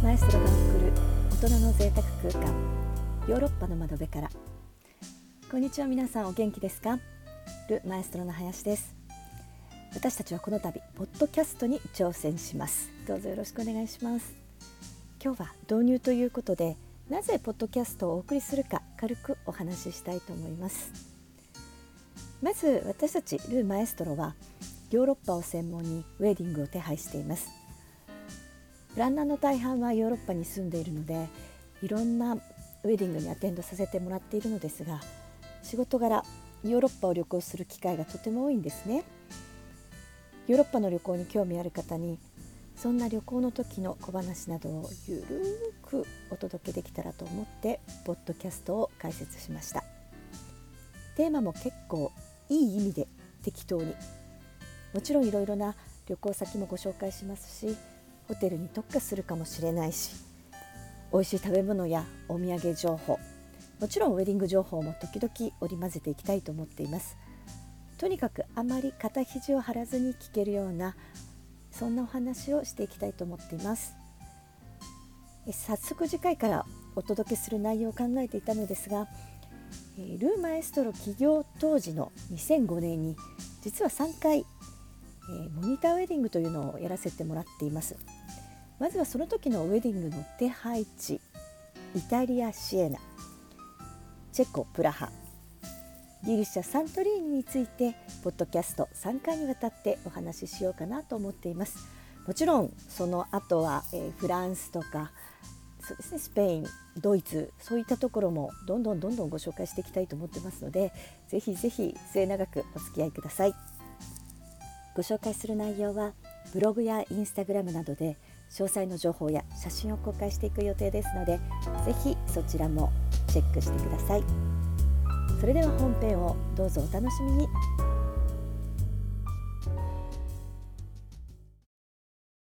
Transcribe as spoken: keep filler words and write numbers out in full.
マエストロが送る大人の贅沢空間、ヨーロッパの窓辺から。こんにちは、皆さんお元気ですか？ル・マエストロの林です。私たちはこの度ポッドキャストに挑戦します。どうぞよろしくお願いします。今日は導入ということで、なぜポッドキャストをお送りするか軽くお話ししたいと思います。まず私たちル・マエストロはヨーロッパを専門にウェディングを手配しています。プランナーの大半はヨーロッパに住んでいるので、いろんなウェディングにアテンドさせてもらっているのですが、仕事柄ヨーロッパを旅行する機会がとても多いんですね。ヨーロッパの旅行に興味ある方に、そんな旅行の時の小話などをゆるーくお届けできたらと思ってポッドキャストを開設しました。テーマも結構いい意味で適当に、もちろんいろいろな旅行先もご紹介しますし、ホテルに特化するかもしれないし、美味しい食べ物やお土産情報、もちろんウェディング情報も時々織り交ぜていきたいと思っています。とにかくあまり肩肘を張らずに聞けるような、そんなお話をしていきたいと思っています。え早速次回からお届けする内容を考えていたのですが、ル・マエストロ起業当時のにせんごねんに実はさんかいモニターウェディングというのをやらせてもらっています。まずはその時のウェディングの手配地、イタリア・シエナ、チェコ・プラハ、ギリシャ・サントリーニについてポッドキャストさんかいにわたってお話ししようかなと思っています。もちろんその後は、えー、フランスとかそうですね、スペイン、ドイツ、そういったところもどんどんどんどんご紹介していきたいと思ってますので、ぜひぜひ末永くお付き合いください。ご紹介する内容はブログやインスタグラムなどで詳細の情報や写真を公開していく予定ですので、ぜひそちらもチェックしてください。それでは本編をどうぞお楽しみに。